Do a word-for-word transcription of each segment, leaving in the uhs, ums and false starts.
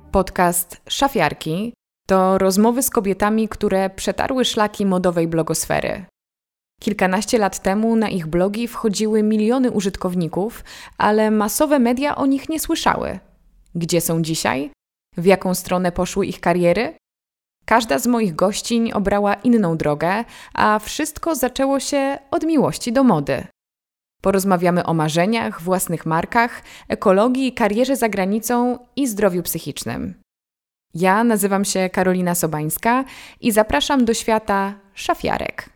Podcast Szafiarki to rozmowy z kobietami, które przetarły szlaki modowej blogosfery. Kilkanaście lat temu na ich blogi wchodziły miliony użytkowników, ale masowe media o nich nie słyszały. Gdzie są dzisiaj? W jaką stronę poszły ich kariery? Każda z moich gościń obrała inną drogę, a wszystko zaczęło się od miłości do mody. Porozmawiamy o marzeniach, własnych markach, ekologii, karierze za granicą i zdrowiu psychicznym. Ja nazywam się Karolina Sobańska i zapraszam do świata szafiarek.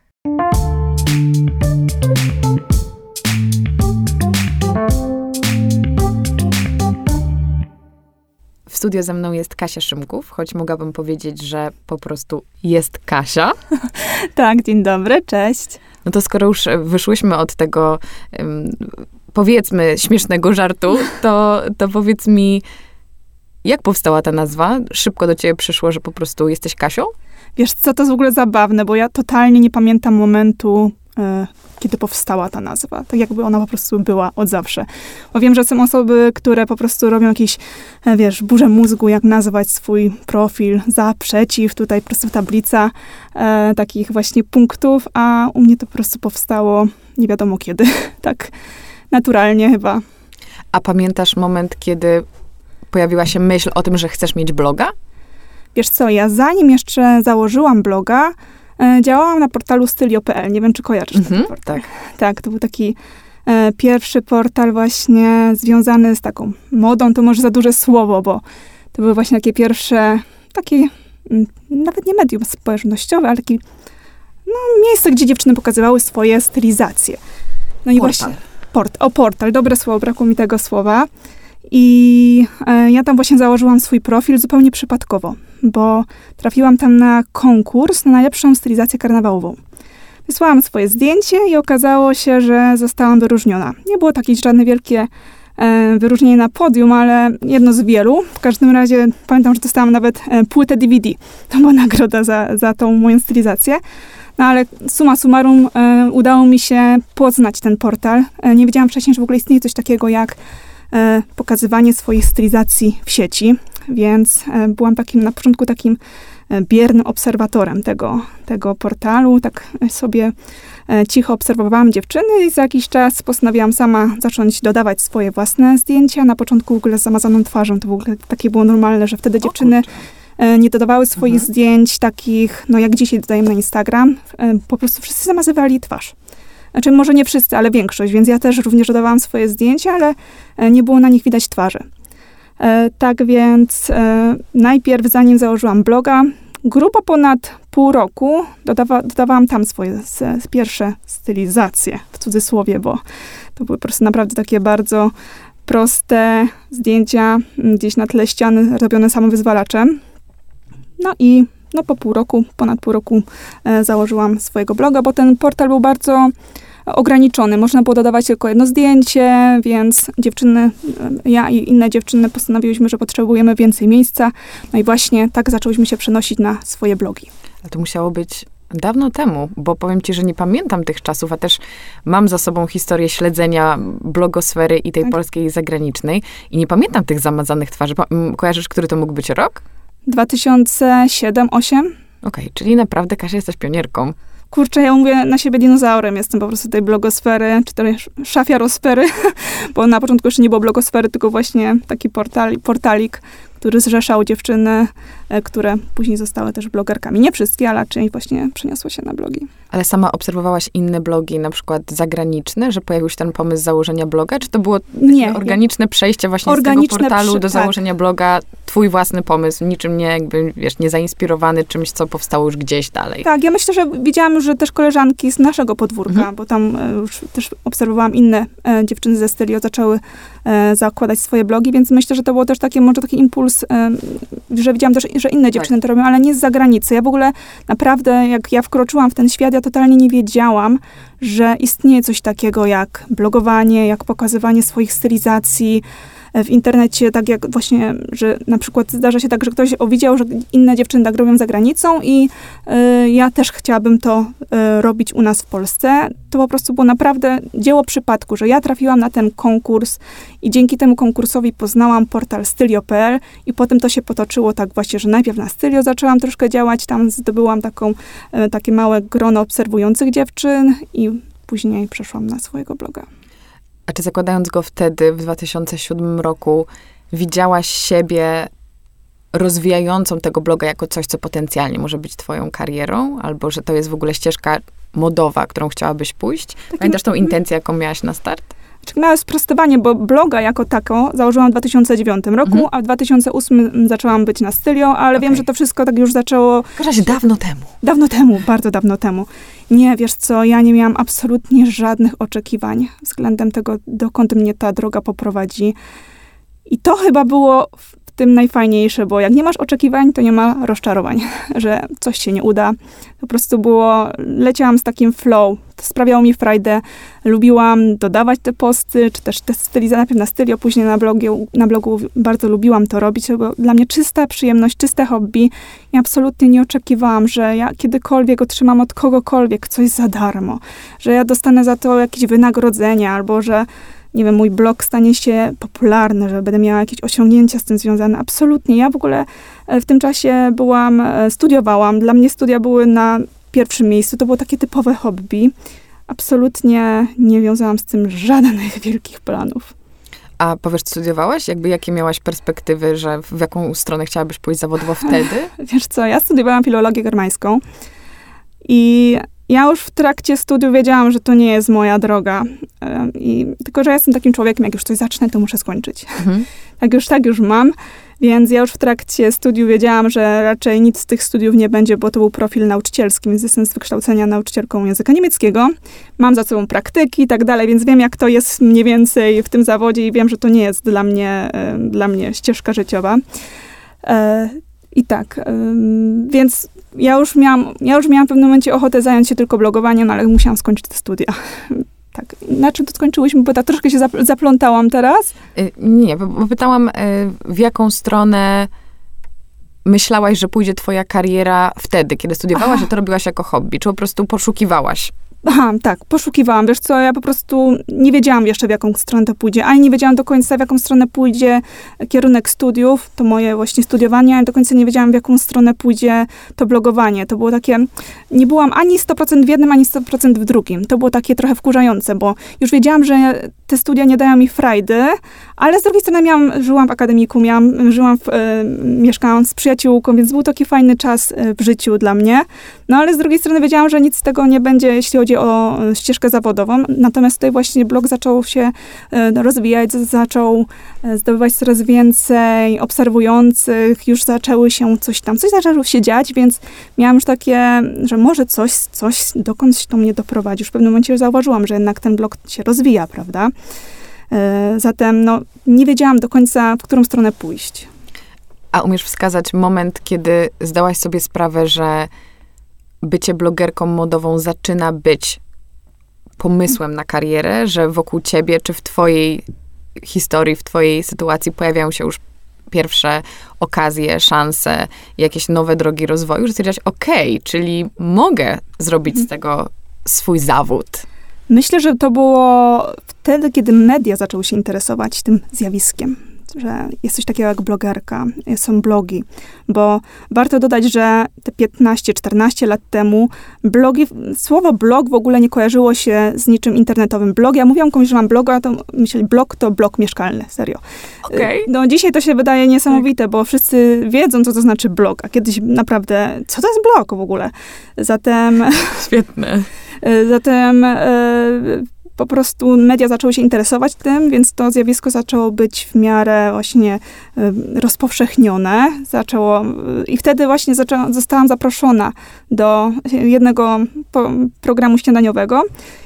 W studio ze mną jest Kasia Szymków, choć mogłabym powiedzieć, że po prostu jest Kasia. Tak, dzień dobry, cześć. No to skoro już wyszłyśmy od tego, um, powiedzmy, śmiesznego żartu, to, to powiedz mi, jak powstała ta nazwa? Szybko do ciebie przyszło, że po prostu jesteś Kasią? Wiesz co, to jest w ogóle zabawne, bo ja totalnie nie pamiętam momentu, e, kiedy powstała ta nazwa. Tak jakby ona po prostu była od zawsze. Bo wiem, że są osoby, które po prostu robią jakieś, e, wiesz, burzę mózgu, jak nazwać swój profil za, przeciw, tutaj po prostu tablica e, takich właśnie punktów, a u mnie to po prostu powstało nie wiadomo kiedy. Tak naturalnie chyba. A pamiętasz moment, kiedy pojawiła się myśl o tym, że chcesz mieć bloga? Wiesz co, ja zanim jeszcze założyłam bloga, e, działałam na portalu stylio kropka pe el. Nie wiem, czy kojarzysz Mhm, ten portal. tak. Tak, to był taki e, pierwszy portal właśnie związany z taką modą. To może za duże słowo, bo to były właśnie takie pierwsze, takie m, nawet nie medium społecznościowe, ale takie no, miejsce, gdzie dziewczyny pokazywały swoje stylizacje. No i Portal. właśnie, port, o portal, dobre słowo, brakło mi tego słowa. I e, ja tam właśnie założyłam swój profil zupełnie przypadkowo, bo trafiłam tam na konkurs na najlepszą stylizację karnawałową. Wysłałam swoje zdjęcie i okazało się, że zostałam wyróżniona. Nie było takie żadne wielkie e, wyróżnienie na podium, ale jedno z wielu. W każdym razie pamiętam, że dostałam nawet e, płytę D V D. To była nagroda za, za tą moją stylizację. No ale summa summarum e, udało mi się poznać ten portal. E, nie wiedziałam wcześniej, że w ogóle istnieje coś takiego jak pokazywanie swoich stylizacji w sieci, więc byłam takim, na początku takim biernym obserwatorem tego, tego portalu. Tak sobie cicho obserwowałam dziewczyny i za jakiś czas postanowiłam sama zacząć dodawać swoje własne zdjęcia. Na początku w ogóle z zamazaną twarzą. To w ogóle takie było normalne, że wtedy dziewczyny nie dodawały swoich mhm. zdjęć takich, no jak dzisiaj dodajemy na Instagram. Po prostu wszyscy zamazywali twarz. Znaczy, może nie wszyscy, ale większość, więc ja też również dodawałam swoje zdjęcia, ale nie było na nich widać twarzy. E, tak więc e, najpierw, zanim założyłam bloga, grubo ponad pół roku dodawa, dodawałam tam swoje z, z pierwsze stylizacje, w cudzysłowie, bo to były po prostu naprawdę takie bardzo proste zdjęcia gdzieś na tle ściany robione samowyzwalaczem. No i no po pół roku, ponad pół roku e, założyłam swojego bloga, bo ten portal był bardzo ograniczony. Można było dodawać tylko jedno zdjęcie, więc dziewczyny, ja i inne dziewczyny postanowiłyśmy, że potrzebujemy więcej miejsca. No i właśnie tak zaczęłyśmy się przenosić na swoje blogi. Ale to musiało być dawno temu, bo powiem ci, że nie pamiętam tych czasów, a też mam za sobą historię śledzenia blogosfery i tej tak. polskiej i zagranicznej i nie pamiętam tych zamazanych twarzy. Kojarzysz, który to mógł być rok? dwa tysiące siódmy osiem. Okej, okay, czyli naprawdę, Kasia, jesteś pionierką. Kurczę, ja mówię na siebie dinozaurem. Jestem po prostu tej blogosfery, czy też szafiarosfery, bo na początku jeszcze nie było blogosfery, tylko właśnie taki portal, portalik, który zrzeszał dziewczyny, które później zostały też blogerkami. Nie wszystkie, ale część właśnie przeniosła się na blogi. Ale sama obserwowałaś inne blogi, na przykład zagraniczne, że pojawił się ten pomysł założenia bloga? Czy to było nie, organiczne przejście właśnie organiczne z tego portalu przy, do założenia tak. bloga? Twój własny pomysł, niczym nie, jakby, wiesz, nie zainspirowany czymś, co powstało już gdzieś dalej. Tak, ja myślę, że widziałam już, że też koleżanki z naszego podwórka, mhm. bo tam e, już też obserwowałam inne e, dziewczyny ze Stylio, zaczęły e, zakładać swoje blogi, więc myślę, że to było też takie, może taki impuls, e, że widziałam też, że inne dziewczyny tak. to robią, ale nie z zagranicy. Ja w ogóle naprawdę, jak ja wkroczyłam w ten świat, ja totalnie nie wiedziałam, że istnieje coś takiego jak blogowanie, jak pokazywanie swoich stylizacji, w internecie, tak jak właśnie, że na przykład zdarza się tak, że ktoś widział, że inne dziewczyny tak robią za granicą i y, ja też chciałabym to y, robić u nas w Polsce. To po prostu było naprawdę dzieło przypadku, że ja trafiłam na ten konkurs i dzięki temu konkursowi poznałam portal stylio kropka pe el i potem to się potoczyło tak właśnie, że najpierw na Stylio zaczęłam troszkę działać, tam zdobyłam taką, y, takie małe grono obserwujących dziewczyn i później przeszłam na swojego bloga. A czy zakładając go wtedy, w dwa tysiące siódmym roku, widziałaś siebie rozwijającą tego bloga jako coś, co potencjalnie może być twoją karierą? Albo że to jest w ogóle ścieżka modowa, którą chciałabyś pójść? Takim, Pamiętasz tą intencję, jaką miałaś na start? Małe sprostowanie, bo bloga jako tako założyłam w dwa tysiące dziewiątym roku, mhm. a w dwa tysiące ósmym zaczęłam być na Stylio, ale okay. wiem, że to wszystko tak już zaczęło... W każdym razie dawno temu. Dawno temu, bardzo dawno temu. Nie, wiesz co, ja nie miałam absolutnie żadnych oczekiwań względem tego, dokąd mnie ta droga poprowadzi. I to chyba było w tym najfajniejsze, bo jak nie masz oczekiwań, to nie ma rozczarowań, że coś się nie uda. Po prostu było, leciałam z takim flow. To sprawiało mi frajdę. Lubiłam dodawać te posty, czy też te stylizacje, najpierw na Stylio, później na blogu, na blogu bardzo lubiłam to robić, bo dla mnie czysta przyjemność, czyste hobby. I absolutnie nie oczekiwałam, że ja kiedykolwiek otrzymam od kogokolwiek coś za darmo, że ja dostanę za to jakieś wynagrodzenie, albo że nie wiem, mój blog stanie się popularny, że będę miała jakieś osiągnięcia z tym związane. Absolutnie. Ja w ogóle w tym czasie byłam, studiowałam. Dla mnie studia były na pierwszym miejscu. To było takie typowe hobby. Absolutnie nie wiązałam z tym żadnych wielkich planów. A powiesz, studiowałaś? Jakby jakie miałaś perspektywy, że w jaką stronę chciałabyś pójść zawodowo wtedy? Wiesz co, ja studiowałam filologię germańską i ja już w trakcie studiów wiedziałam, że to nie jest moja droga. I, tylko, że ja jestem takim człowiekiem, jak już coś zacznę, to muszę skończyć. Mhm. Tak już, tak już mam. Więc ja już w trakcie studiów wiedziałam, że raczej nic z tych studiów nie będzie, bo to był profil nauczycielski, więc jestem z wykształcenia nauczycielką języka niemieckiego. Mam za sobą praktyki i tak dalej, więc wiem, jak to jest mniej więcej w tym zawodzie i wiem, że to nie jest dla mnie, dla mnie ścieżka życiowa. I tak, ym, więc ja już, miałam, ja już miałam w pewnym momencie ochotę zająć się tylko blogowaniem, ale musiałam skończyć te studia. Tak, na czym to skończyłyśmy? Bo tak troszkę się zaplątałam teraz. Y, nie, bo pytałam, y, w jaką stronę myślałaś, że pójdzie twoja kariera wtedy, kiedy studiowałaś, Aha. a to robiłaś jako hobby? Czy po prostu poszukiwałaś? Aha, tak, poszukiwałam. Wiesz co, ja po prostu nie wiedziałam jeszcze, w jaką stronę to pójdzie. Ani nie wiedziałam do końca, w jaką stronę pójdzie kierunek studiów, to moje właśnie studiowanie, ani do końca nie wiedziałam, w jaką stronę pójdzie to blogowanie. To było takie, nie byłam ani sto procent w jednym, ani sto procent w drugim. To było takie trochę wkurzające, bo już wiedziałam, że te studia nie dają mi frajdy, ale z drugiej strony miałam, żyłam w akademiku, miałam, żyłam w, e, mieszkałam z przyjaciółką, więc był taki fajny czas w życiu dla mnie. No ale z drugiej strony wiedziałam, że nic z tego nie będzie, jeśli chodzi o ścieżkę zawodową. Natomiast tutaj właśnie blog zaczął się rozwijać, zaczął zdobywać coraz więcej obserwujących, już zaczęły się coś tam, coś zaczęło się dziać, więc miałam już takie, że może coś, coś dokądś to mnie doprowadzi. Już w pewnym momencie zauważyłam, że jednak ten blog się rozwija, prawda? Zatem no, nie wiedziałam do końca, w którą stronę pójść. A umiesz wskazać moment, kiedy zdałaś sobie sprawę, że bycie blogerką modową zaczyna być pomysłem na karierę, że wokół ciebie, czy w twojej historii, w twojej sytuacji pojawiają się już pierwsze okazje, szanse, jakieś nowe drogi rozwoju, że stwierdziłaś, okej, czyli mogę zrobić z tego swój zawód. Myślę, że to było wtedy, kiedy media zaczęły się interesować tym zjawiskiem, że jest coś takiego jak blogerka, są blogi, bo warto dodać, że te piętnaście czternaście lat temu blogi, słowo blog w ogóle nie kojarzyło się z niczym internetowym. Blog, ja mówiłam komuś, że mam bloga, to myśleli, blog to blok mieszkalny, serio. Okay. No dzisiaj to się wydaje niesamowite, bo wszyscy wiedzą, co to znaczy blog, a kiedyś naprawdę, co to jest blog w ogóle? Zatem... Świetne. Zatem... Po prostu media zaczęły się interesować tym, więc to zjawisko zaczęło być w miarę właśnie y, rozpowszechnione. Zaczęło, y, I wtedy właśnie zaczęła, zostałam zaproszona do jednego po, programu śniadaniowego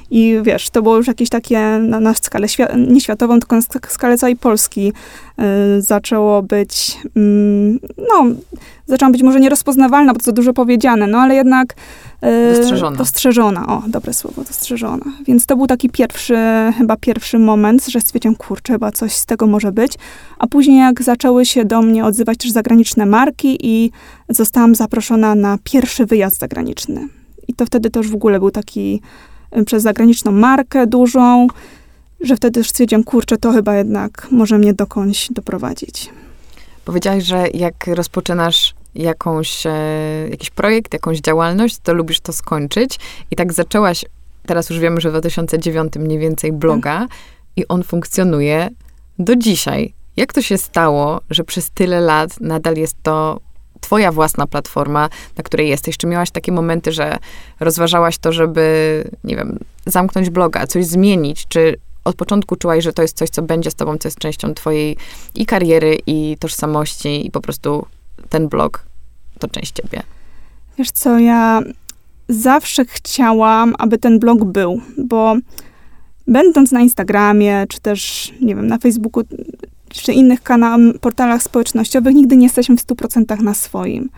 I wiesz, to było już jakieś takie na, na skalę świa- nie światową, tylko na skalę całej Polski y, zaczęło być, y, no, zaczęłam być może nierozpoznawalna, bo to za dużo powiedziane, no ale jednak y, dostrzeżona. dostrzeżona. O, dobre słowo, dostrzeżona. Więc to był taki pierwszy, chyba pierwszy moment, że stwierdziłam, kurczę, chyba coś z tego może być. A później jak zaczęły się do mnie odzywać też zagraniczne marki i zostałam zaproszona na pierwszy wyjazd zagraniczny. I to wtedy to już w ogóle był taki przez zagraniczną markę dużą, że wtedy już stwierdziłam, kurczę, to chyba jednak może mnie dokądś doprowadzić. Powiedziałaś, że jak rozpoczynasz jakąś, e, jakiś projekt, jakąś działalność, to lubisz to skończyć. I tak zaczęłaś, teraz już wiemy, że w dwa tysiące dziewiątym mniej więcej bloga hmm. i on funkcjonuje do dzisiaj. Jak to się stało, że przez tyle lat nadal jest to twoja własna platforma, na której jesteś? Czy miałaś takie momenty, że rozważałaś to, żeby, nie wiem, zamknąć bloga, coś zmienić? Czy od początku czułaś, że to jest coś, co będzie z tobą, co jest częścią twojej i kariery, i tożsamości, i po prostu ten blog to część ciebie? Wiesz co, ja zawsze chciałam, aby ten blog był, bo będąc na Instagramie, czy też, nie wiem, na Facebooku, czy innych kanałach, portalach społecznościowych, nigdy nie jesteśmy w stu procentach na swoim.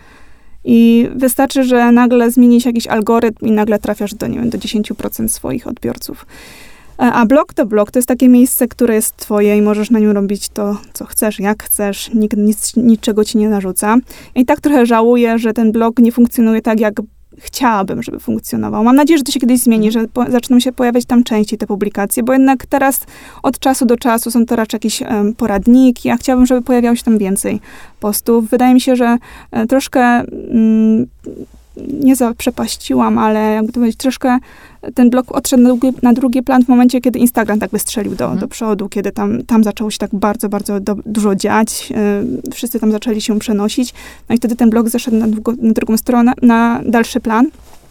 I wystarczy, że nagle zmieni się jakiś algorytm i nagle trafiasz do, nie wiem, do dziesięć procent swoich odbiorców. A blog to blog, to jest takie miejsce, które jest twoje i możesz na nim robić to, co chcesz, jak chcesz, nikt nic, niczego ci nie narzuca. I tak trochę żałuję, że ten blog nie funkcjonuje tak, jak chciałabym, żeby funkcjonował. Mam nadzieję, że to się kiedyś zmieni, że po, zaczną się pojawiać tam częściej te publikacje, bo jednak teraz od czasu do czasu są to raczej jakieś um, poradniki. Ja chciałabym, żeby pojawiało się tam więcej postów. Wydaje mi się, że e, troszkę mm, nie zaprzepaściłam, ale jakby to powiedzieć, troszkę ten blog odszedł na drugi, na drugi plan w momencie, kiedy Instagram tak wystrzelił do, mhm. do przodu, kiedy tam, tam zaczęło się tak bardzo, bardzo do, dużo dziać. Yy, wszyscy tam zaczęli się przenosić. No i wtedy ten blog zeszedł na, długo, na drugą stronę, na dalszy plan.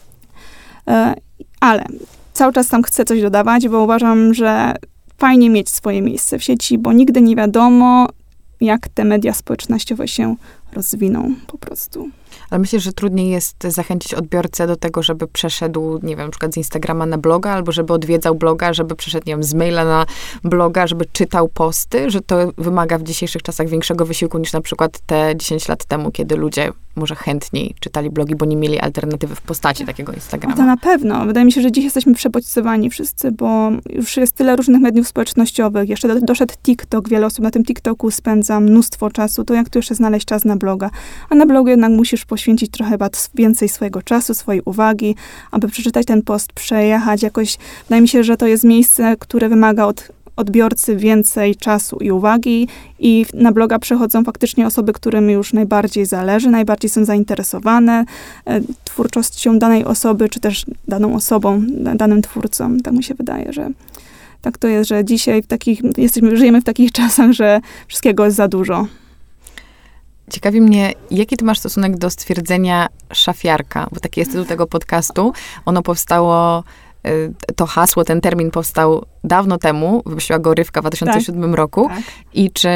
Yy, ale cały czas tam chcę coś dodawać, bo uważam, że fajnie mieć swoje miejsce w sieci, bo nigdy nie wiadomo, jak te media społecznościowe się rozwiną po prostu. Ale myślę, że trudniej jest zachęcić odbiorcę do tego, żeby przeszedł, nie wiem, na przykład z Instagrama na bloga, albo żeby odwiedzał bloga, żeby przeszedł, nie wiem, z maila na bloga, żeby czytał posty, że to wymaga w dzisiejszych czasach większego wysiłku niż na przykład te dziesięć lat temu, kiedy ludzie może chętniej czytali blogi, bo nie mieli alternatywy w postaci takiego Instagrama. No to na pewno. Wydaje mi się, że dziś jesteśmy przebodźcowani wszyscy, bo już jest tyle różnych mediów społecznościowych. Jeszcze do, doszedł TikTok. Wiele osób na tym TikToku spędza mnóstwo czasu. To jak tu jeszcze znaleźć czas na bloga? A na blogu jednak musisz poświęcić trochę więcej swojego czasu, swojej uwagi, aby przeczytać ten post, przejechać jakoś. Wydaje mi się, że to jest miejsce, które wymaga od odbiorcy więcej czasu i uwagi i na bloga przechodzą faktycznie osoby, którym już najbardziej zależy, najbardziej są zainteresowane e, twórczością danej osoby, czy też daną osobą, danym twórcą. Tak mi się wydaje, że tak to jest, że dzisiaj w takich, jesteśmy, żyjemy w takich czasach, że wszystkiego jest za dużo. Ciekawi mnie, jaki ty masz stosunek do stwierdzenia szafiarka, bo taki jest tytuł tego podcastu. Ono powstało, to hasło, ten termin powstał dawno temu, wymyśliła go Rywka w dwa tysiące siódmym tak, roku. Tak. I czy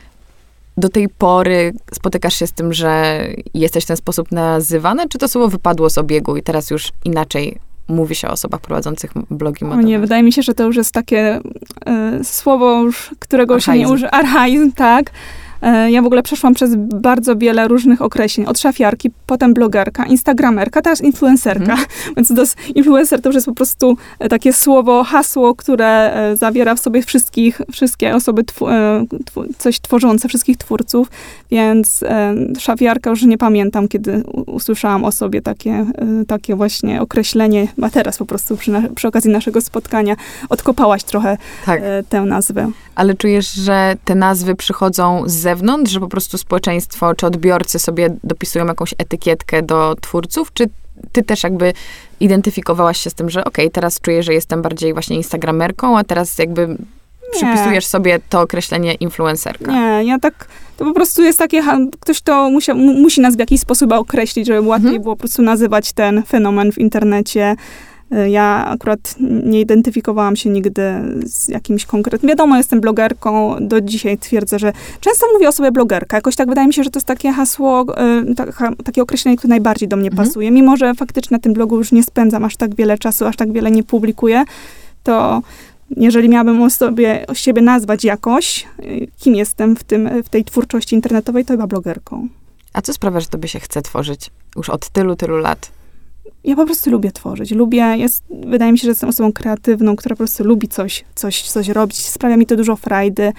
do tej pory spotykasz się z tym, że jesteś w ten sposób nazywana, czy to słowo wypadło z obiegu i teraz już inaczej mówi się o osobach prowadzących blogi modowe? O nie, wydaje mi się, że to już jest takie y, słowo, już, którego archaizm. się nie używa. Archaizm, tak. Ja w ogóle przeszłam przez bardzo wiele różnych określeń. Od szafiarki, potem blogerka, instagramerka, teraz influencerka. Mm. Więc to jest, influencer to już jest po prostu takie słowo, hasło, które zawiera w sobie wszystkich, wszystkie osoby tw tw coś tworzące, wszystkich twórców. Więc e, szafiarka już nie pamiętam, kiedy usłyszałam o sobie takie, e, takie właśnie określenie. A teraz po prostu przy, na przy okazji naszego spotkania odkopałaś trochę tak. e, tę nazwę. Ale czujesz, że te nazwy przychodzą z zewnątrz, że po prostu społeczeństwo czy odbiorcy sobie dopisują jakąś etykietkę do twórców, czy ty też jakby identyfikowałaś się z tym, że okej, okay, teraz czuję, że jestem bardziej właśnie instagramerką, a teraz jakby nie. przypisujesz sobie to określenie influencerka? Nie, ja tak, to po prostu jest takie, ktoś to musi, musi nas w jakiś sposób określić, żeby łatwiej hmm. było po prostu nazywać ten fenomen w internecie. Ja akurat nie identyfikowałam się nigdy z jakimś konkretnym... Wiadomo, jestem blogerką, do dzisiaj twierdzę, że często mówię o sobie blogerka. Jakoś tak wydaje mi się, że to jest takie hasło, tak, takie określenie, które najbardziej do mnie mhm. pasuje. Mimo że faktycznie na tym blogu już nie spędzam aż tak wiele czasu, aż tak wiele nie publikuję, to jeżeli miałabym o sobie, o siebie nazwać jakoś, kim jestem w, tym, w tej twórczości internetowej, to chyba blogerką. A co sprawia, że tobie się chce tworzyć już od tylu, tylu lat? Ja po prostu lubię tworzyć. Lubię, jest, wydaje mi się, że jestem osobą kreatywną, która po prostu lubi coś, coś, coś robić. Sprawia mi to dużo frajdy.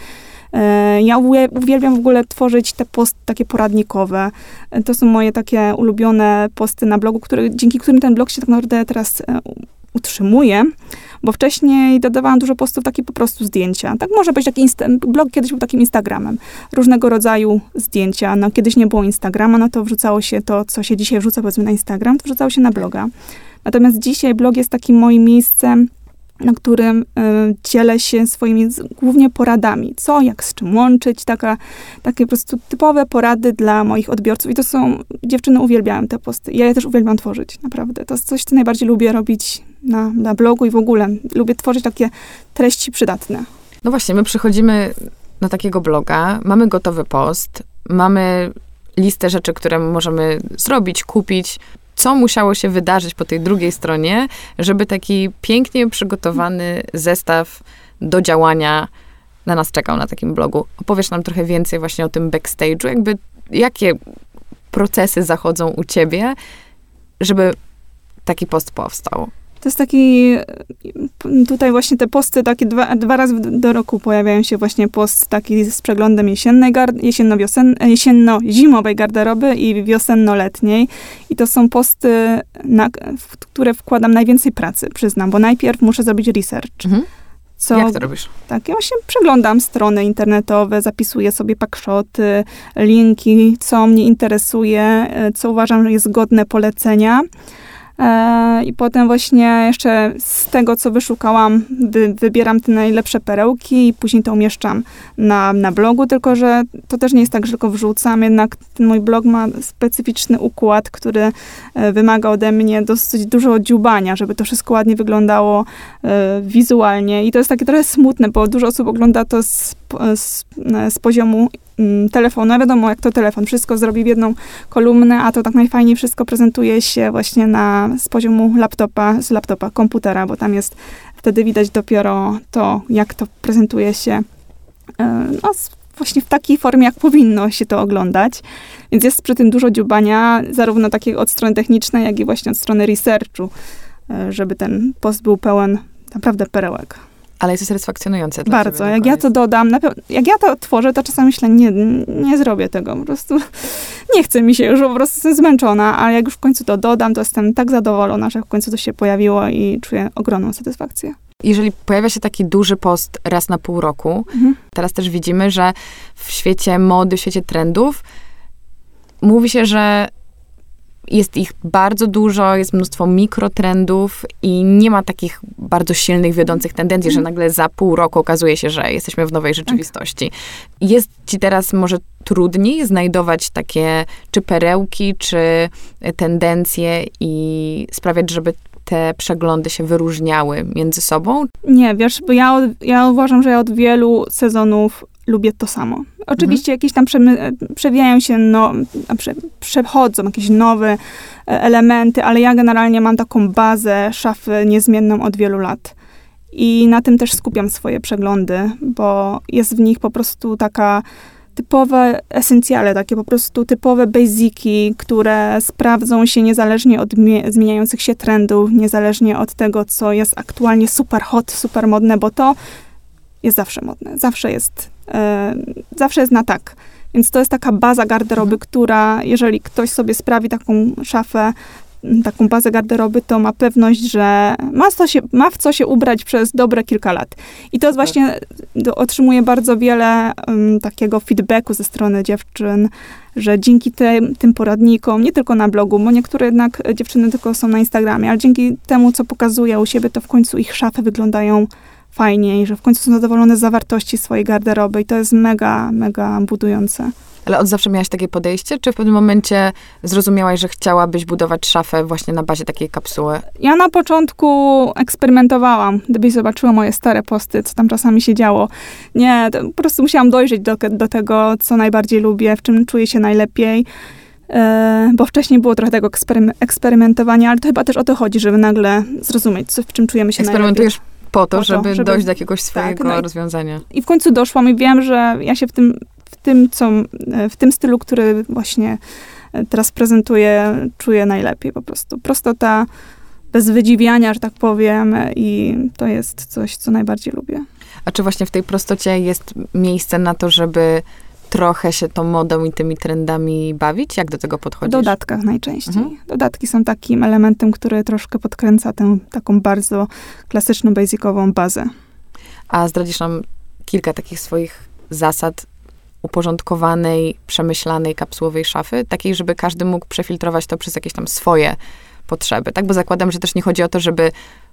Ja uwielbiam w ogóle tworzyć te posty takie poradnikowe. To są moje takie ulubione posty na blogu, które, dzięki którym ten blog się tak naprawdę teraz utrzymuje, bo wcześniej dodawałam dużo postów takie po prostu zdjęcia. Tak może być taki insta- blog kiedyś był takim Instagramem. Różnego rodzaju zdjęcia. No kiedyś nie było Instagrama, no to wrzucało się to, co się dzisiaj wrzuca powiedzmy na Instagram, to wrzucało się na bloga. Natomiast dzisiaj blog jest takim moim miejscem, na którym y, dzielę się swoimi z, głównie poradami. Co, jak z czym łączyć. Taka, takie po prostu typowe porady dla moich odbiorców. I to są, dziewczyny uwielbiają te posty. Ja je też uwielbiam tworzyć, naprawdę. To jest coś, co najbardziej lubię robić na, na blogu i w ogóle. Lubię tworzyć takie treści przydatne. No właśnie, my przychodzimy na takiego bloga, mamy gotowy post, mamy listę rzeczy, które możemy zrobić, kupić. Co musiało się wydarzyć po tej drugiej stronie, żeby taki pięknie przygotowany zestaw do działania na nas czekał na takim blogu? Opowiesz nam trochę więcej właśnie o tym backstage'u, jakby jakie procesy zachodzą u ciebie, żeby taki post powstał? To jest taki, tutaj właśnie te posty, takie dwa, dwa razy do roku pojawiają się właśnie post taki z przeglądem jesiennej, jesienno-wiosen, jesienno-zimowej garderoby i wiosenno-letniej. I to są posty, na, w które wkładam najwięcej pracy, przyznam, bo najpierw muszę zrobić research. Mhm. Co, Jak to robisz? Tak, ja właśnie przeglądam strony internetowe, zapisuję sobie packshoty, linki, co mnie interesuje, co uważam, że jest godne polecenia. I potem właśnie jeszcze z tego, co wyszukałam, wy, wybieram te najlepsze perełki i później to umieszczam na, na blogu, tylko że to też nie jest tak, że tylko wrzucam, jednak ten mój blog ma specyficzny układ, który wymaga ode mnie dosyć dużo dziubania, żeby to wszystko ładnie wyglądało e, wizualnie. I to jest takie trochę smutne, bo dużo osób ogląda to z, z, z poziomu telefonu. A wiadomo, jak to telefon. Wszystko zrobi w jedną kolumnę, a to tak najfajniej wszystko prezentuje się właśnie na, z poziomu laptopa, z laptopa, komputera, bo tam jest, wtedy widać dopiero to, jak to prezentuje się no, właśnie w takiej formie, jak powinno się to oglądać. Więc jest przy tym dużo dziubania, zarówno takiego od strony technicznej, jak i właśnie od strony researchu, żeby ten post był pełen naprawdę perełek. Ale jest to satysfakcjonujące. Bardzo. Jak ja to dodam, jak ja to tworzę, to czasami myślę, nie, nie zrobię tego. Po prostu nie chce mi się już, po prostu jestem zmęczona, ale jak już w końcu to dodam, to jestem tak zadowolona, że w końcu to się pojawiło i czuję ogromną satysfakcję. Jeżeli pojawia się taki duży post raz na pół roku, mhm. teraz też widzimy, że w świecie mody, w świecie trendów mówi się, że jest ich bardzo dużo, jest mnóstwo mikrotrendów i nie ma takich bardzo silnych, wiodących tendencji, że nagle za pół roku okazuje się, że jesteśmy w nowej rzeczywistości. Jest ci teraz może trudniej znajdować takie czy perełki, czy tendencje i sprawiać, żeby te przeglądy się wyróżniały między sobą? Nie, wiesz, bo ja, ja uważam, że ja od wielu sezonów lubię to samo. Oczywiście mhm. jakieś tam prze, przewijają się, no, prze, przechodzą jakieś nowe elementy, ale ja generalnie mam taką bazę szafy niezmienną od wielu lat. I na tym też skupiam swoje przeglądy, bo jest w nich po prostu taka typowe esencjale, takie po prostu typowe basiki, które sprawdzą się niezależnie od mie- zmieniających się trendów, niezależnie od tego, co jest aktualnie super hot, super modne, bo to jest zawsze modne, zawsze jest, e, zawsze jest na tak. Więc to jest taka baza garderoby, mhm. która, jeżeli ktoś sobie sprawi taką szafę, taką bazę garderoby, to ma pewność, że ma, co się, ma w co się ubrać przez dobre kilka lat. I to jest właśnie, do, otrzymuje bardzo wiele um, takiego feedbacku ze strony dziewczyn, że dzięki te, tym poradnikom, nie tylko na blogu, bo niektóre jednak dziewczyny tylko są na Instagramie, ale dzięki temu, co pokazuję u siebie, to w końcu ich szafy wyglądają fajniej, że w końcu są zadowolone z zawartości swojej garderoby i to jest mega, mega budujące. Ale od zawsze miałaś takie podejście, czy w pewnym momencie zrozumiałaś, że chciałabyś budować szafę właśnie na bazie takiej kapsuły? Ja na początku eksperymentowałam. Gdybyś zobaczyła moje stare posty, co tam czasami się działo. Nie, po prostu musiałam dojrzeć do, do tego, co najbardziej lubię, w czym czuję się najlepiej. E, bo wcześniej było trochę tego eksperyme- eksperymentowania, ale to chyba też o to chodzi, żeby nagle zrozumieć, co, w czym czujemy się Eksperymentujesz najlepiej. po to, po to żeby, żeby dojść do jakiegoś swojego tak, no rozwiązania. I w końcu doszłam i wiem, że ja się w tym, w tym, co, w tym stylu, który właśnie teraz prezentuję, czuję najlepiej po prostu. Prostota, bez wydziwiania, że tak powiem, i to jest coś, co najbardziej lubię. A czy właśnie w tej prostocie jest miejsce na to, żeby trochę się tą modą i tymi trendami bawić? Jak do tego podchodzisz? W dodatkach najczęściej. Mhm. Dodatki są takim elementem, który troszkę podkręca tę taką bardzo klasyczną, basicową bazę. A zdradzisz nam kilka takich swoich zasad uporządkowanej, przemyślanej, kapsułowej szafy, takiej, żeby każdy mógł przefiltrować to przez jakieś tam swoje potrzeby, tak? Bo zakładam, że też nie chodzi o to, żeby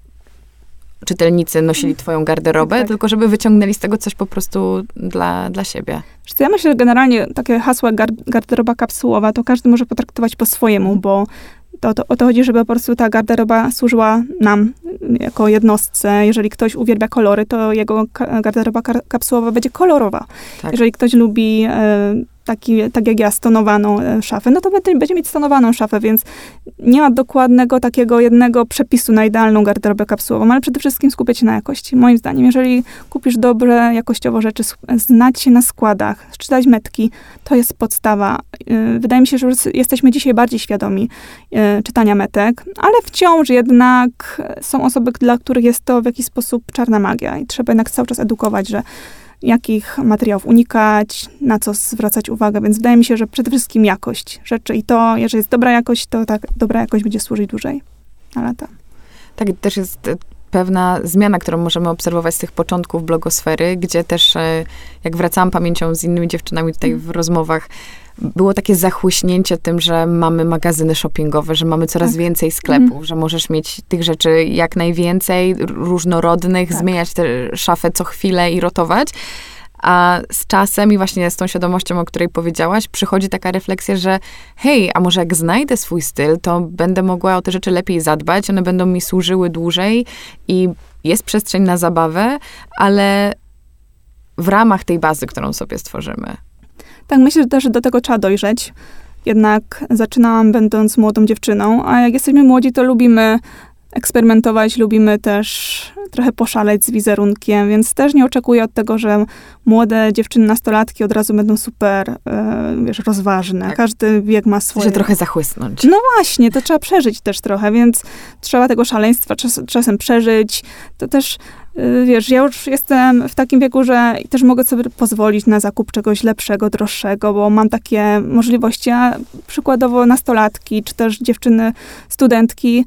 czytelnicy nosili twoją garderobę, tak, tylko żeby wyciągnęli z tego coś po prostu dla, dla siebie. Ja myślę, że generalnie takie hasło garderoba kapsułowa, to każdy może potraktować po swojemu, bo to, to, o to chodzi, żeby po prostu ta garderoba służyła nam jako jednostce. Jeżeli ktoś uwielbia kolory, to jego garderoba kapsułowa będzie kolorowa. Tak. Jeżeli ktoś lubi e, taki, tak jak ja, stonowaną szafę, no to będzie, będzie mieć stonowaną szafę, więc nie ma dokładnego takiego jednego przepisu na idealną garderobę kapsułową, ale przede wszystkim skupiać się na jakości. Moim zdaniem, jeżeli kupisz dobre, jakościowo rzeczy, znać się na składach, czytać metki, to jest podstawa. Wydaje mi się, że jesteśmy dzisiaj bardziej świadomi czytania metek, ale wciąż jednak są osoby, dla których jest to w jakiś sposób czarna magia i trzeba jednak cały czas edukować, że jakich materiałów unikać, na co zwracać uwagę, więc wydaje mi się, że przede wszystkim jakość rzeczy i to, jeżeli jest dobra jakość, to tak dobra jakość będzie służyć dłużej na lata. Tak, też jest pewna zmiana, którą możemy obserwować z tych początków blogosfery, gdzie też, jak wracałam pamięcią z innymi dziewczynami tutaj w rozmowach, było takie zachłyśnięcie tym, że mamy magazyny shoppingowe, że mamy coraz tak. więcej sklepów, mm. że możesz mieć tych rzeczy jak najwięcej, różnorodnych, tak. zmieniać tę szafę co chwilę i rotować. A z czasem i właśnie z tą świadomością, o której powiedziałaś, przychodzi taka refleksja, że hej, a może jak znajdę swój styl, to będę mogła o te rzeczy lepiej zadbać, one będą mi służyły dłużej i jest przestrzeń na zabawę, ale w ramach tej bazy, którą sobie stworzymy. Tak, myślę, że też do tego trzeba dojrzeć. Jednak zaczynałam będąc młodą dziewczyną, a jak jesteśmy młodzi, to lubimy eksperymentować, lubimy też trochę poszaleć z wizerunkiem, więc też nie oczekuję od tego, że młode dziewczyny, nastolatki od razu będą super, e, wiesz, rozważne. Tak. Każdy wiek ma swoje... Chce się trochę zachłysnąć. No właśnie, to trzeba przeżyć też trochę, więc trzeba tego szaleństwa czas, czasem przeżyć. To też, y, wiesz, ja już jestem w takim wieku, że też mogę sobie pozwolić na zakup czegoś lepszego, droższego, bo mam takie możliwości, a przykładowo nastolatki, czy też dziewczyny, studentki,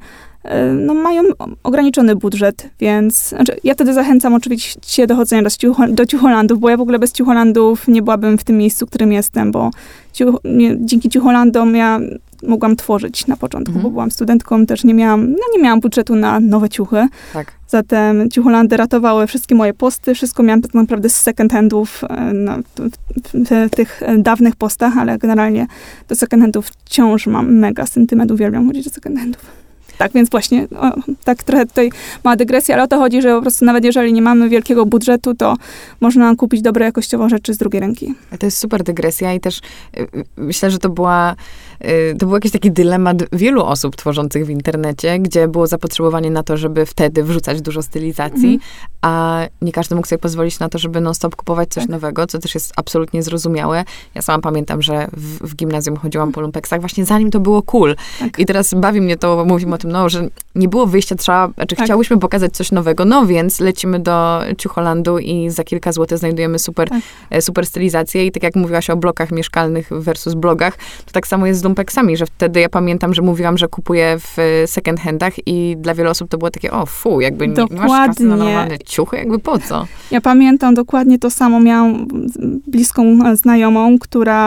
no mają ograniczony budżet, więc znaczy, ja wtedy zachęcam oczywiście do chodzenia do, ciucho, do ciucholandów, bo ja w ogóle bez ciucholandów nie byłabym w tym miejscu, w którym jestem, bo ciuch, nie, dzięki ciucholandom ja mogłam tworzyć na początku, mhm. bo byłam studentką, też nie miałam, no nie miałam budżetu na nowe ciuchy. Tak. Zatem ciucholandy ratowały wszystkie moje posty, wszystko miałam tak naprawdę z second handów no, w, w, w tych dawnych postach, ale generalnie do second handów wciąż mam mega sentyment, uwielbiam chodzić do second handów. Tak, więc właśnie, o, tak trochę tutaj mała dygresja, ale o to chodzi, że po prostu nawet jeżeli nie mamy wielkiego budżetu, to można kupić dobre jakościowo rzeczy z drugiej ręki. To jest super dygresja i też y, myślę, że to była, y, to był jakiś taki dylemat wielu osób tworzących w internecie, gdzie było zapotrzebowanie na to, żeby wtedy wrzucać dużo stylizacji, mhm. a nie każdy mógł sobie pozwolić na to, żeby non-stop kupować coś tak. nowego, co też jest absolutnie zrozumiałe. Ja sama pamiętam, że w, w gimnazjum chodziłam po lumpeksach właśnie zanim to było cool. Tak. I teraz bawi mnie to, mówimy o tym, no, że nie było wyjścia, trzeba, znaczy tak. chciałyśmy pokazać coś nowego, no więc lecimy do Ciucholandu i za kilka złotych znajdujemy super, tak. super stylizację i tak jak mówiłaś o blokach mieszkalnych versus blogach, to tak samo jest z lumpeksami, że wtedy ja pamiętam, że mówiłam, że kupuję w second handach i dla wielu osób to było takie, o fu, jakby nie, nie masz kasy na normalne ciuchy, jakby po co? Ja pamiętam dokładnie to samo, miałam bliską znajomą, która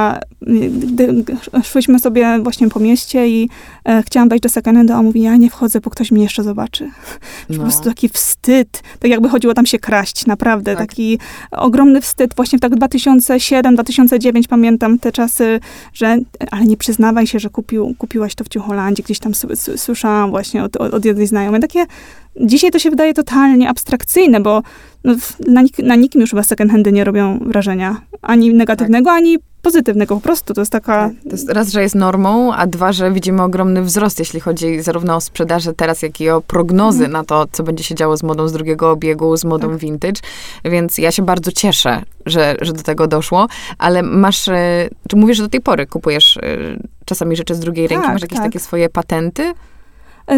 gdy szłyśmy sobie właśnie po mieście i e, chciałam wejść do second handu, a on mówi, ja nie wchodzę, bo ktoś mnie jeszcze zobaczy. No. Po prostu taki wstyd. Tak jakby chodziło tam się kraść, naprawdę. Tak. Taki ogromny wstyd. Właśnie w tak dwa tysiące siedem, dwa tysiące dziewięć pamiętam te czasy, że ale nie przyznawaj się, że kupił, kupiłaś to w Ciucholandzie. Gdzieś tam słyszałam właśnie od, od, od jednej znajomej. Takie dzisiaj to się wydaje totalnie abstrakcyjne, bo no, na, nik na nikim już chyba second handy nie robią wrażenia. Ani negatywnego, tak. ani pozytywnego. Po prostu to jest taka... To jest raz, że jest normą, a dwa, że widzimy ogromny wzrost, jeśli chodzi zarówno o sprzedaż teraz, jak i o prognozy mm. na to, co będzie się działo z modą z drugiego obiegu, z modą tak. vintage. Więc ja się bardzo cieszę, że, że do tego doszło. Ale masz... Czy mówisz, że do tej pory kupujesz czasami rzeczy z drugiej ręki? Tak, masz jakieś tak. takie swoje patenty? E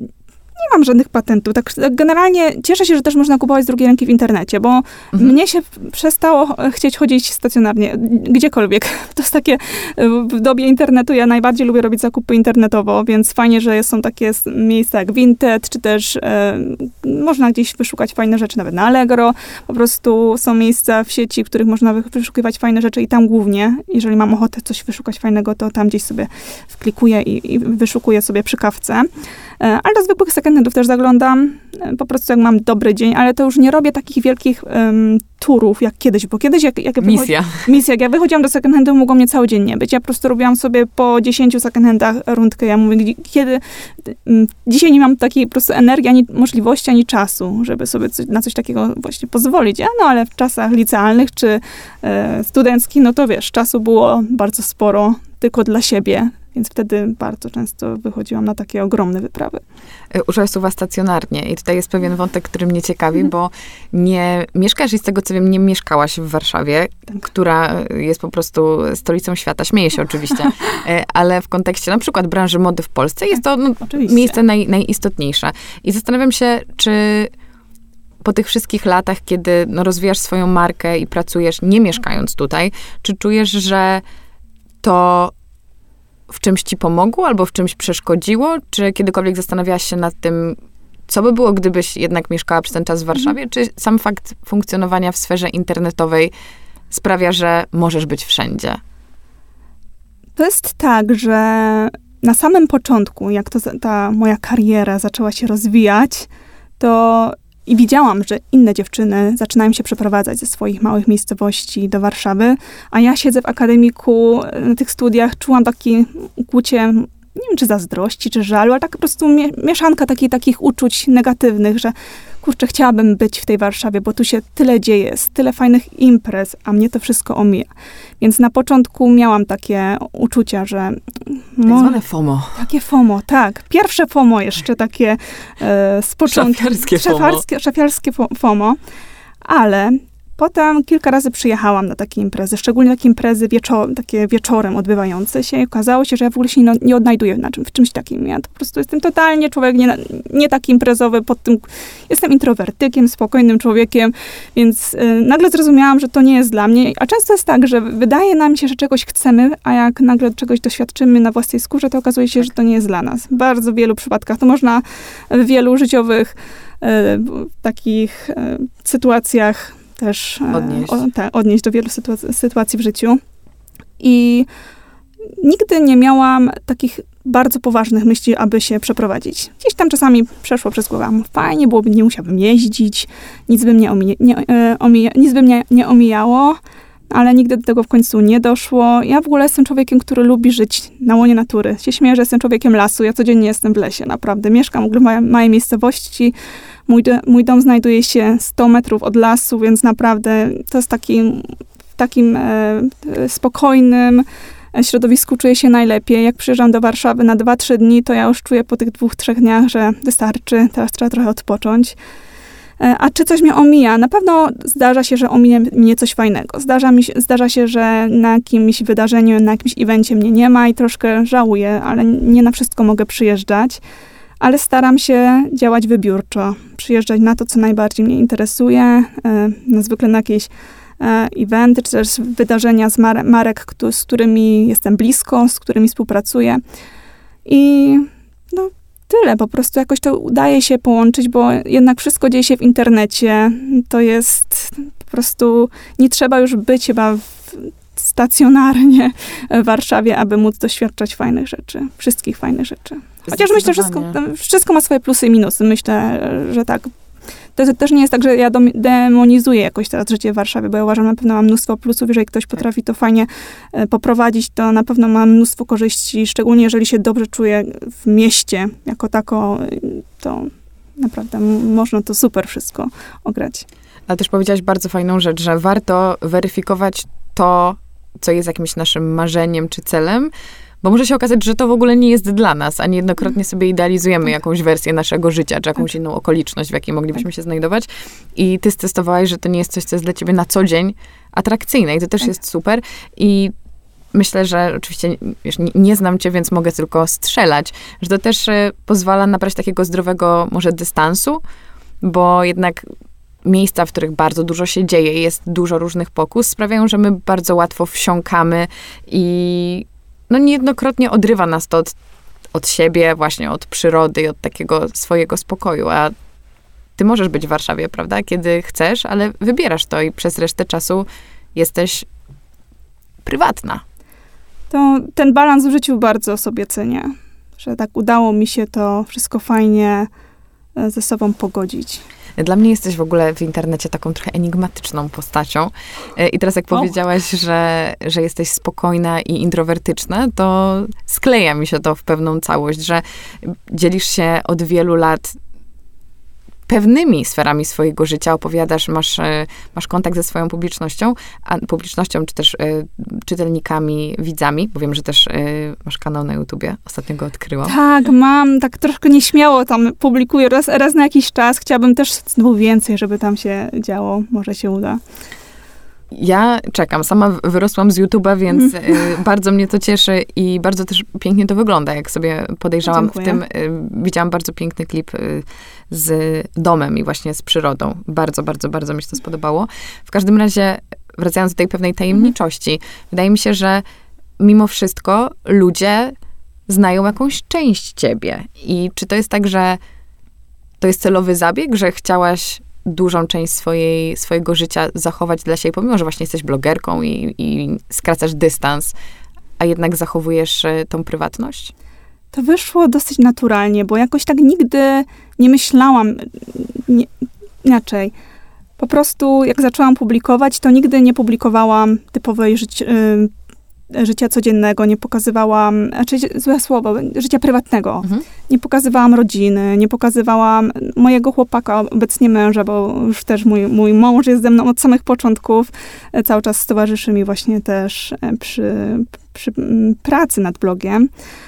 Nie mam żadnych patentów. Tak generalnie cieszę się, że też można kupować z drugiej ręki w internecie, bo mhm. mnie się przestało chcieć chodzić stacjonarnie, gdziekolwiek. To jest takie, w dobie internetu ja najbardziej lubię robić zakupy internetowo, więc fajnie, że są takie miejsca jak Vinted, czy też e, można gdzieś wyszukać fajne rzeczy, nawet na Allegro. Po prostu są miejsca w sieci, w których można wyszukiwać fajne rzeczy i tam głównie, jeżeli mam ochotę coś wyszukać fajnego, to tam gdzieś sobie wklikuję i, i wyszukuję sobie przy kawce. E, ale do zwykłych second handów też zaglądam, po prostu jak mam dobry dzień, ale to już nie robię takich wielkich um, turów jak kiedyś, bo kiedyś jak, jak misja. misja, jak ja wychodziłam do second handu, mogło mnie cały dzień nie być. Ja po prostu robiłam sobie po dziesięciu second handach rundkę. Ja mówię, kiedy um, dzisiaj nie mam takiej po prostu energii, ani możliwości, ani czasu, żeby sobie coś, na coś takiego właśnie pozwolić. Ja, no ale w czasach licealnych czy e, studenckich, no to wiesz, czasu było bardzo sporo tylko dla siebie. Więc wtedy bardzo często wychodziłam na takie ogromne wyprawy. Użyłaś słowa stacjonarnie i tutaj jest pewien wątek, który mnie ciekawi, bo nie mieszkasz i z tego co wiem, nie mieszkałaś w Warszawie, tak. która jest po prostu stolicą świata. Śmieję się oczywiście, ale w kontekście na przykład branży mody w Polsce jest to no, miejsce naj, najistotniejsze. I zastanawiam się, czy po tych wszystkich latach, kiedy no, rozwijasz swoją markę i pracujesz nie mieszkając tutaj, czy czujesz, że to w czymś ci pomogło albo w czymś przeszkodziło? Czy kiedykolwiek zastanawiałaś się nad tym, co by było, gdybyś jednak mieszkała przez ten czas w Warszawie? Czy sam fakt funkcjonowania w sferze internetowej sprawia, że możesz być wszędzie? To jest tak, że na samym początku, jak to ta moja kariera zaczęła się rozwijać, to i widziałam, że inne dziewczyny zaczynają się przeprowadzać ze swoich małych miejscowości do Warszawy, a ja siedzę w akademiku, na tych studiach, czułam takie ukłucie, nie wiem, czy zazdrości, czy żalu, ale tak po prostu mieszanka takiej, takich uczuć negatywnych, że kurczę, chciałabym być w tej Warszawie, bo tu się tyle dzieje, jest tyle fajnych imprez, a mnie to wszystko omija. Więc na początku miałam takie uczucia, że... Tak zwane FOMO. Takie FOMO, tak. Pierwsze FOMO jeszcze takie e, z początku. Szafiarskie FOMO. Szafiarskie FOMO. Ale potem kilka razy przyjechałam na takie imprezy, szczególnie takie imprezy wieczor takie wieczorem odbywające się i okazało się, że ja w ogóle się nie, nie odnajduję na czym, w czymś takim. Ja po prostu jestem totalnie człowiek nie, nie taki imprezowy, pod tym jestem introwertykiem, spokojnym człowiekiem, więc y, nagle zrozumiałam, że to nie jest dla mnie. A często jest tak, że wydaje nam się, że czegoś chcemy, a jak nagle czegoś doświadczymy na własnej skórze, to okazuje się, że to nie jest dla nas. W bardzo wielu przypadkach. To można w wielu życiowych y, takich y, sytuacjach też odnieść. O, te, odnieść do wielu sytuacji, sytuacji w życiu. I nigdy nie miałam takich bardzo poważnych myśli, aby się przeprowadzić. Gdzieś tam czasami przeszło przez głowę, fajnie byłoby, nie musiałabym jeździć, nic by mnie, omija, nie, omija, nic by mnie nie omijało, ale nigdy do tego w końcu nie doszło. Ja w ogóle jestem człowiekiem, który lubi żyć na łonie natury. Się śmieję, że jestem człowiekiem lasu. Ja codziennie jestem w lesie, naprawdę. Mieszkam w ogóle w małej, małej miejscowości. Mój, do, mój dom znajduje się sto metrów od lasu, więc naprawdę to jest taki, w takim e, spokojnym środowisku czuję się najlepiej. Jak przyjeżdżam do Warszawy na dwa trzy dni, to ja już czuję po tych dwóch, trzech dniach, że wystarczy. Teraz trzeba trochę odpocząć. A czy coś mnie omija? Na pewno zdarza się, że ominie mnie coś fajnego. Zdarza, mi się, zdarza się, że na jakimś wydarzeniu, na jakimś evencie mnie nie ma i troszkę żałuję, ale nie na wszystko mogę przyjeżdżać. Ale staram się działać wybiórczo. Przyjeżdżać na to, co najbardziej mnie interesuje. No, zwykle na jakieś eventy, czy też wydarzenia z mar- marek, z którymi jestem blisko, z którymi współpracuję. I no, tyle, po prostu jakoś to udaje się połączyć, bo jednak wszystko dzieje się w internecie. To jest po prostu, nie trzeba już być chyba w stacjonarnie w Warszawie, aby móc doświadczać fajnych rzeczy, wszystkich fajnych rzeczy. Chociaż myślę, że wszystko, wszystko ma swoje plusy i minusy. Myślę, że tak. To też nie jest tak, że ja demonizuję jakoś teraz życie w Warszawie, bo ja uważam, że na pewno ma mnóstwo plusów. Jeżeli ktoś potrafi to fajnie poprowadzić, to na pewno ma mnóstwo korzyści, szczególnie jeżeli się dobrze czuje w mieście jako tako, to naprawdę można to super wszystko ograć. Ale też powiedziałaś bardzo fajną rzecz, że warto weryfikować to, co jest jakimś naszym marzeniem czy celem, bo może się okazać, że to w ogóle nie jest dla nas, a niejednokrotnie sobie idealizujemy jakąś wersję naszego życia, czy jakąś inną okoliczność, w jakiej moglibyśmy się znajdować. I ty stestowałaś, że to nie jest coś, co jest dla ciebie na co dzień atrakcyjne i to też jest super. I myślę, że oczywiście wiesz, nie, nie znam cię, więc mogę tylko strzelać, że to też y, pozwala nabrać takiego zdrowego może dystansu, bo jednak miejsca, w których bardzo dużo się dzieje, jest dużo różnych pokus, sprawiają, że my bardzo łatwo wsiąkamy i no niejednokrotnie odrywa nas to od, od siebie, właśnie od przyrody i od takiego swojego spokoju, a ty możesz być w Warszawie, prawda, kiedy chcesz, ale wybierasz to i przez resztę czasu jesteś prywatna. To ten balans w życiu bardzo sobie cenię, że tak udało mi się to wszystko fajnie ze sobą pogodzić. Dla mnie jesteś w ogóle w internecie taką trochę enigmatyczną postacią. I teraz jak powiedziałaś, że, że jesteś spokojna i introwertyczna, to skleja mi się to w pewną całość, że dzielisz się od wielu lat pewnymi sferami swojego życia, opowiadasz, masz, masz kontakt ze swoją publicznością, a publicznością, czy też y, czytelnikami, widzami, bo wiem, że też y, masz kanał na YouTubie, ostatnio go odkryłam. Tak, mam, tak troszkę nieśmiało tam publikuję raz, raz na jakiś czas. Chciałabym też znowu więcej, żeby tam się działo, może się uda. Ja czekam. Sama wyrosłam z YouTube'a, więc y, bardzo mnie to cieszy i bardzo też pięknie to wygląda. Jak sobie podejrzałam Dziękuję. w tym, y, widziałam bardzo piękny klip y, z domem i właśnie z przyrodą. Bardzo, bardzo, bardzo mi się to spodobało. W każdym razie, wracając do tej pewnej tajemniczości, mhm. wydaje mi się, że mimo wszystko ludzie znają jakąś część ciebie. I czy to jest tak, że to jest celowy zabieg, że chciałaś dużą część swojej, swojego życia zachować dla siebie, pomimo że właśnie jesteś blogerką i, i skracasz dystans, a jednak zachowujesz tą prywatność? To wyszło dosyć naturalnie, bo jakoś tak nigdy nie myślałam nie, inaczej. Po prostu jak zaczęłam publikować, to nigdy nie publikowałam typowej życi, y, życia codziennego, nie pokazywałam, znaczy złe słowo, życia prywatnego. Mhm. Nie pokazywałam rodziny, nie pokazywałam mojego chłopaka, obecnie męża, bo już też mój, mój mąż jest ze mną od samych początków. Cały czas towarzyszy mi właśnie też przy, przy pracy nad blogiem.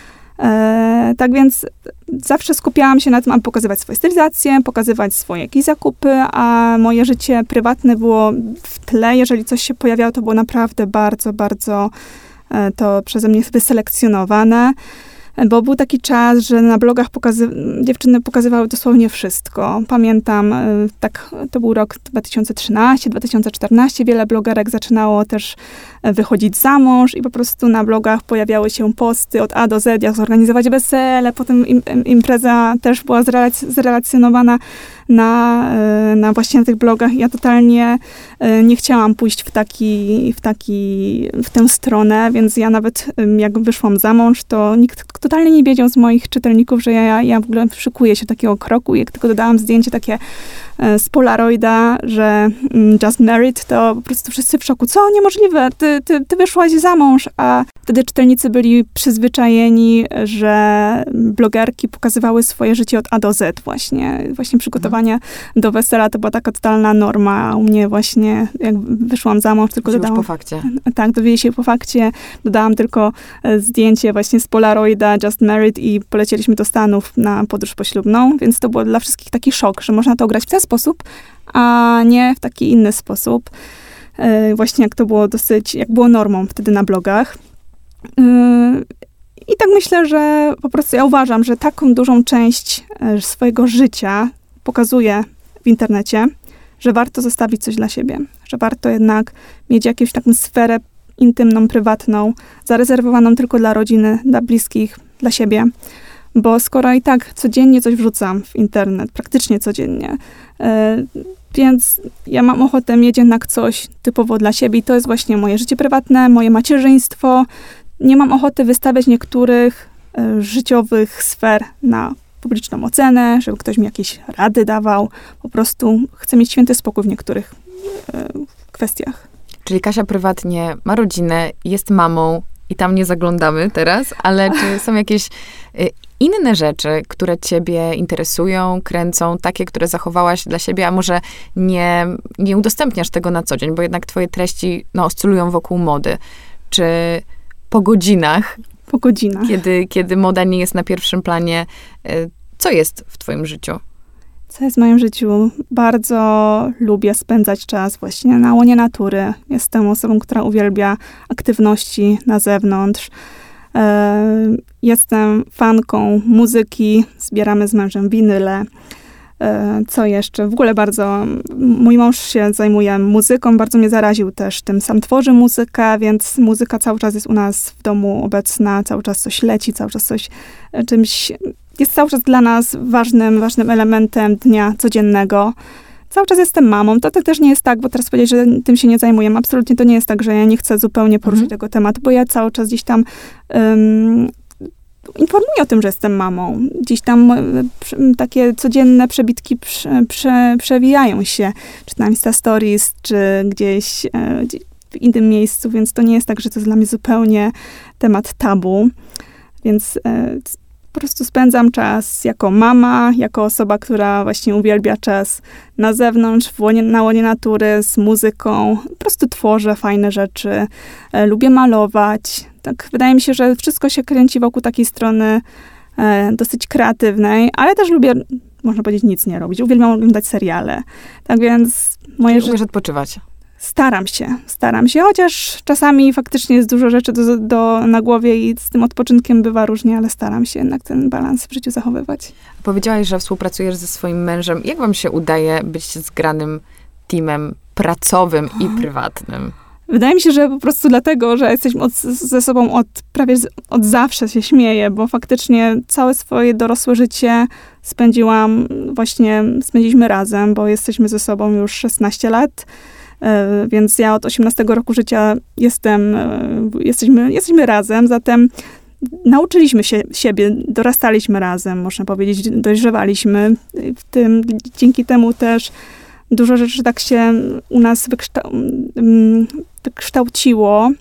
E, tak więc zawsze skupiałam się na tym, aby pokazywać swoje stylizacje, pokazywać swoje jakieś zakupy, a moje życie prywatne było w tle. Jeżeli coś się pojawiało, to było naprawdę bardzo, bardzo e, to przeze mnie wyselekcjonowane. Bo był taki czas, że na blogach pokazy- dziewczyny pokazywały dosłownie wszystko. Pamiętam, tak, to był rok dwa tysiące trzynasty, dwa tysiące czternasty. Wiele blogerek zaczynało też wychodzić za mąż i po prostu na blogach pojawiały się posty od A do Z, jak zorganizować wesele. Potem im, impreza też była zrelac- zrelacjonowana na, na właśnie na tych blogach. Ja totalnie nie chciałam pójść w taki, w taki, w tę stronę, więc ja nawet jak wyszłam za mąż, to nikt totalnie nie wiedział z moich czytelników, że ja, ja w ogóle szykuję się do takiego kroku. Jak tylko dodałam zdjęcie takie z Polaroida, że just married, to po prostu wszyscy w szoku. Co? Niemożliwe, ty, ty, ty wyszłaś za mąż. A wtedy czytelnicy byli przyzwyczajeni, że blogerki pokazywały swoje życie od A do Z właśnie. Właśnie przygotowanie mhm. do wesela to była taka totalna norma. A u mnie właśnie, jak wyszłam za mąż, tylko dodałam... Już po fakcie. Tak, dowiedzieli się po fakcie. Dodałam tylko zdjęcie właśnie z Polaroida, just married i polecieliśmy do Stanów na podróż poślubną, więc to było dla wszystkich taki szok, że można to grać w ten sposób, a nie w taki inny sposób. Yy, właśnie jak to było dosyć, jak było normą wtedy na blogach. Yy, I tak myślę, że po prostu ja uważam, że taką dużą część swojego życia pokazuję w internecie, że warto zostawić coś dla siebie, że warto jednak mieć jakąś taką sferę intymną, prywatną, zarezerwowaną tylko dla rodziny, dla bliskich, dla siebie. Bo skoro i tak codziennie coś wrzucam w internet, praktycznie codziennie, yy, więc ja mam ochotę mieć jednak coś typowo dla siebie i to jest właśnie moje życie prywatne, moje macierzyństwo. Nie mam ochoty wystawiać niektórych y, życiowych sfer na publiczną ocenę, żeby ktoś mi jakieś rady dawał. Po prostu chcę mieć święty spokój w niektórych y, kwestiach. Czyli Kasia prywatnie ma rodzinę, jest mamą i tam nie zaglądamy teraz, ale czy są jakieś y, inne rzeczy, które ciebie interesują, kręcą, takie, które zachowałaś dla siebie, a może nie, nie udostępniasz tego na co dzień, bo jednak twoje treści no, oscylują wokół mody. Czy po godzinach, po godzinach. Kiedy, kiedy moda nie jest na pierwszym planie, y, co jest w twoim życiu? Co jest w moim życiu? Bardzo lubię spędzać czas właśnie na łonie natury. Jestem osobą, która uwielbia aktywności na zewnątrz. Jestem fanką muzyki. Zbieramy z mężem winyle. Co jeszcze? W ogóle bardzo... Mój mąż się zajmuje muzyką. Bardzo mnie zaraził też tym. Sam tworzy muzykę, więc muzyka cały czas jest u nas w domu obecna. Cały czas coś leci, cały czas coś czymś... Jest cały czas dla nas ważnym, ważnym elementem dnia codziennego. Cały czas jestem mamą. To, to też nie jest tak, bo teraz powiedzieć, że tym się nie zajmuję. Absolutnie to nie jest tak, że ja nie chcę zupełnie poruszyć mm. tego tematu, bo ja cały czas gdzieś tam um, informuję o tym, że jestem mamą. Gdzieś tam um, takie codzienne przebitki prze, prze, przewijają się. Czy na Insta Stories, czy gdzieś um, w innym miejscu, więc to nie jest tak, że to jest dla mnie zupełnie temat tabu. Więc um, po prostu spędzam czas jako mama, jako osoba, która właśnie uwielbia czas na zewnątrz, w łonie, na łonie natury, z muzyką. Po prostu tworzę fajne rzeczy. E, lubię malować. Tak, wydaje mi się, że wszystko się kręci wokół takiej strony e, dosyć kreatywnej, ale też lubię, można powiedzieć, nic nie robić. Uwielbiam oglądać seriale. Tak więc moje życie... Lubisz odpoczywać. Staram się, staram się, chociaż czasami faktycznie jest dużo rzeczy do, do, na głowie i z tym odpoczynkiem bywa różnie, ale staram się jednak ten balans w życiu zachowywać. Powiedziałaś, że współpracujesz ze swoim mężem. Jak wam się udaje być zgranym teamem pracowym i prywatnym? Wydaje mi się, że po prostu dlatego, że jesteśmy od, ze sobą od prawie z, od zawsze się śmieję, bo faktycznie całe swoje dorosłe życie spędziłam właśnie, spędziliśmy razem, bo jesteśmy ze sobą już szesnaście lat. Więc ja od osiemnastego roku życia jestem, jesteśmy, jesteśmy razem, zatem nauczyliśmy się siebie, dorastaliśmy razem, można powiedzieć, dojrzewaliśmy. W tym, dzięki temu też dużo rzeczy tak się u nas wykształ- wykształciło.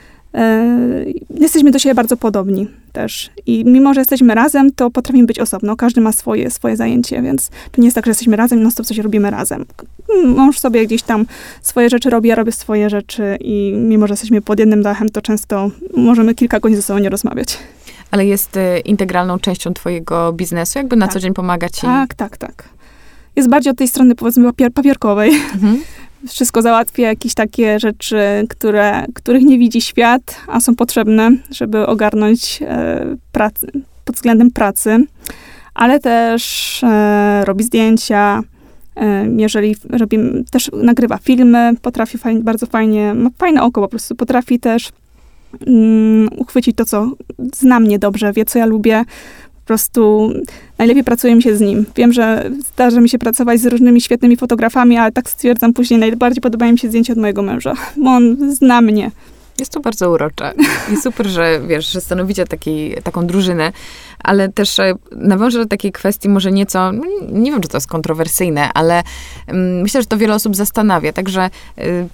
Jesteśmy do siebie bardzo podobni też. I mimo, że jesteśmy razem, to potrafimy być osobno. Każdy ma swoje, swoje zajęcie, więc to nie jest tak, że jesteśmy razem i non stop coś robimy razem. Mąż sobie gdzieś tam swoje rzeczy robi, ja robię swoje rzeczy i mimo, że jesteśmy pod jednym dachem, to często możemy kilka godzin ze sobą nie rozmawiać. Ale jest y, integralną częścią twojego biznesu? Jakby na tak. co dzień pomaga ci? Tak, tak, tak. Jest bardziej od tej strony, powiedzmy, papier- papierkowej. Mhm. Wszystko załatwia, jakieś takie rzeczy, które, których nie widzi świat, a są potrzebne, żeby ogarnąć e, pracy, pod względem pracy. Ale też e, robi zdjęcia, e, jeżeli robi, też nagrywa filmy, potrafi fajnie, bardzo fajnie, ma fajne oko po prostu, potrafi też um, uchwycić to, co zna mnie dobrze, wie, co ja lubię. Po prostu najlepiej pracuje mi się z nim. Wiem, że zdarza mi się pracować z różnymi świetnymi fotografami, ale tak stwierdzam później, najbardziej podobają mi się zdjęcia od mojego męża, bo on zna mnie. Jest to bardzo urocze. I super, że wiesz, że stanowicie taki, taką drużynę, ale też nawiążę do takiej kwestii może nieco, nie wiem, czy to jest kontrowersyjne, ale um, myślę, że to wiele osób zastanawia. Także y,